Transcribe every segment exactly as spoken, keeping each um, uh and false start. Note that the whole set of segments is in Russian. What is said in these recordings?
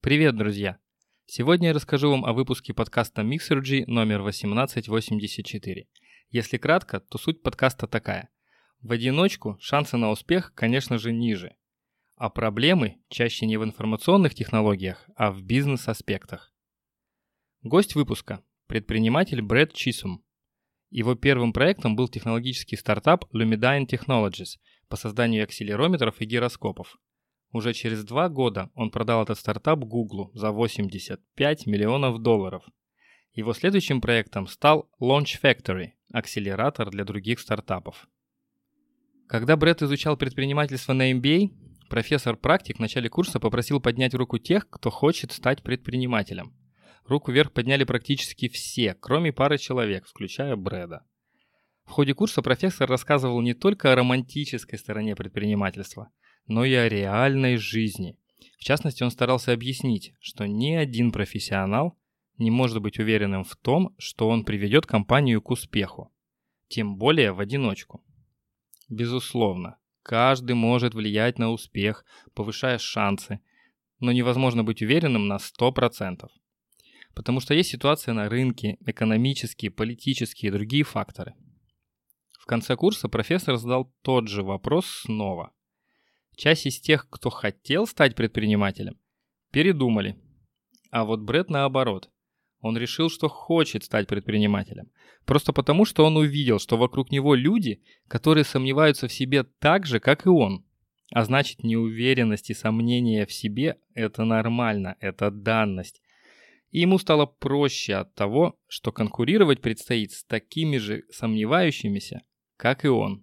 Привет, друзья! Сегодня я расскажу вам о выпуске подкаста Mixergy номер восемнадцать восемьдесят четыре. Если кратко, то суть подкаста такая. В одиночку шансы на успех, конечно же, ниже. А проблемы чаще не в информационных технологиях, а в бизнес-аспектах. Гость выпуска – предприниматель Брэд Чисум. Его первым проектом был технологический стартап Lumidyne Technologies по созданию акселерометров и гироскопов. Уже через два года он продал этот стартап Google за восемьдесят пять миллионов долларов. Его следующим проектом стал Launch Factory – акселератор для других стартапов. Когда Брэд изучал предпринимательство на эм би эй, профессор-практик в начале курса попросил поднять руку тех, кто хочет стать предпринимателем. Руку вверх подняли практически все, кроме пары человек, включая Брэда. В ходе курса профессор рассказывал не только о романтической стороне предпринимательства, но и о реальной жизни. В частности, он старался объяснить, что ни один профессионал не может быть уверенным в том, что он приведет компанию к успеху, тем более в одиночку. Безусловно, каждый может влиять на успех, повышая шансы, но невозможно быть уверенным на сто процентов. Потому что есть ситуация на рынке, экономические, политические и другие факторы. В конце курса профессор задал тот же вопрос снова. Часть из тех, кто хотел стать предпринимателем, передумали. А вот Брэд наоборот. Он решил, что хочет стать предпринимателем. Просто потому, что он увидел, что вокруг него люди, которые сомневаются в себе так же, как и он. А значит, неуверенность и сомнения в себе – это нормально, это данность. И ему стало проще от того, что конкурировать предстоит с такими же сомневающимися, как и он.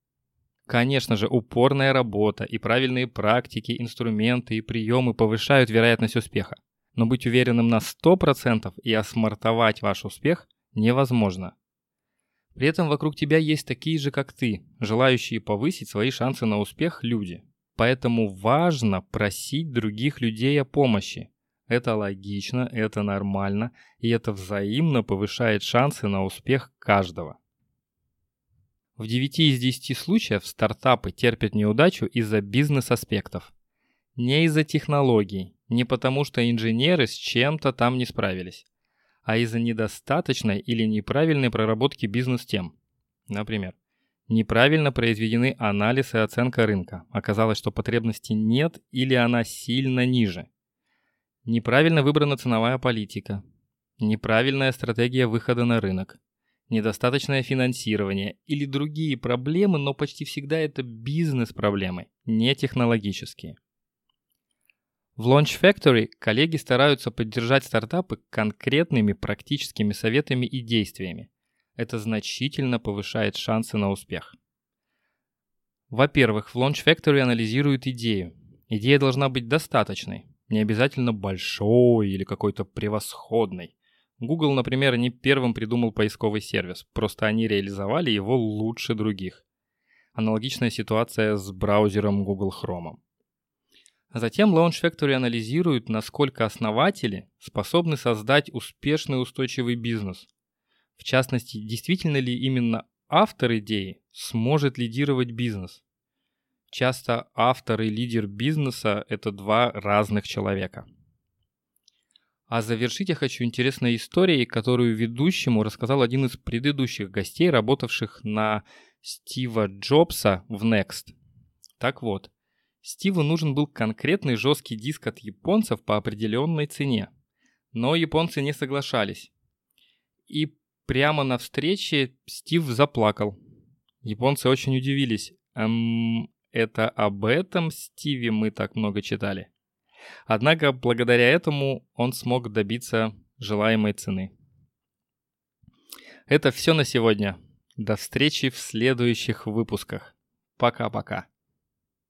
Конечно же, упорная работа и правильные практики, инструменты и приемы повышают вероятность успеха. Но быть уверенным на сто процентов и осмартовать ваш успех невозможно. При этом вокруг тебя есть такие же, как ты, желающие повысить свои шансы на успех люди. Поэтому важно просить других людей о помощи. Это логично, это нормально, и это взаимно повышает шансы на успех каждого. В девяти из десяти случаев стартапы терпят неудачу из-за бизнес-аспектов. Не из-за технологий, не потому что инженеры с чем-то там не справились, а из-за недостаточной или неправильной проработки бизнес-тем. Например, неправильно произведены анализ и оценка рынка. Оказалось, что потребности нет или она сильно ниже. Неправильно выбрана ценовая политика. Неправильная стратегия выхода на рынок. Недостаточное финансирование или другие проблемы, но почти всегда это бизнес-проблемы, не технологические. В Launch Factory коллеги стараются поддержать стартапы конкретными практическими советами и действиями. Это значительно повышает шансы на успех. Во-первых, в Launch Factory анализируют идею. Идея должна быть достаточной, не обязательно большой или какой-то превосходной. Google, например, не первым придумал поисковый сервис, просто они реализовали его лучше других. Аналогичная ситуация с браузером Google Chrome. Затем Launch Factory анализирует, насколько основатели способны создать успешный устойчивый бизнес. В частности, действительно ли именно автор идеи сможет лидировать бизнес. Часто автор и лидер бизнеса – это два разных человека. А завершить я хочу интересной историей, которую ведущему рассказал один из предыдущих гостей, работавших на Стива Джобса в Next. Так вот, Стиву нужен был конкретный жесткий диск от японцев по определенной цене. Но японцы не соглашались. И прямо на встрече Стив заплакал. Японцы очень удивились. Эм, это об этом Стиве мы так много читали. Однако, благодаря этому он смог добиться желаемой цены. Это все на сегодня. До встречи в следующих выпусках. Пока-пока.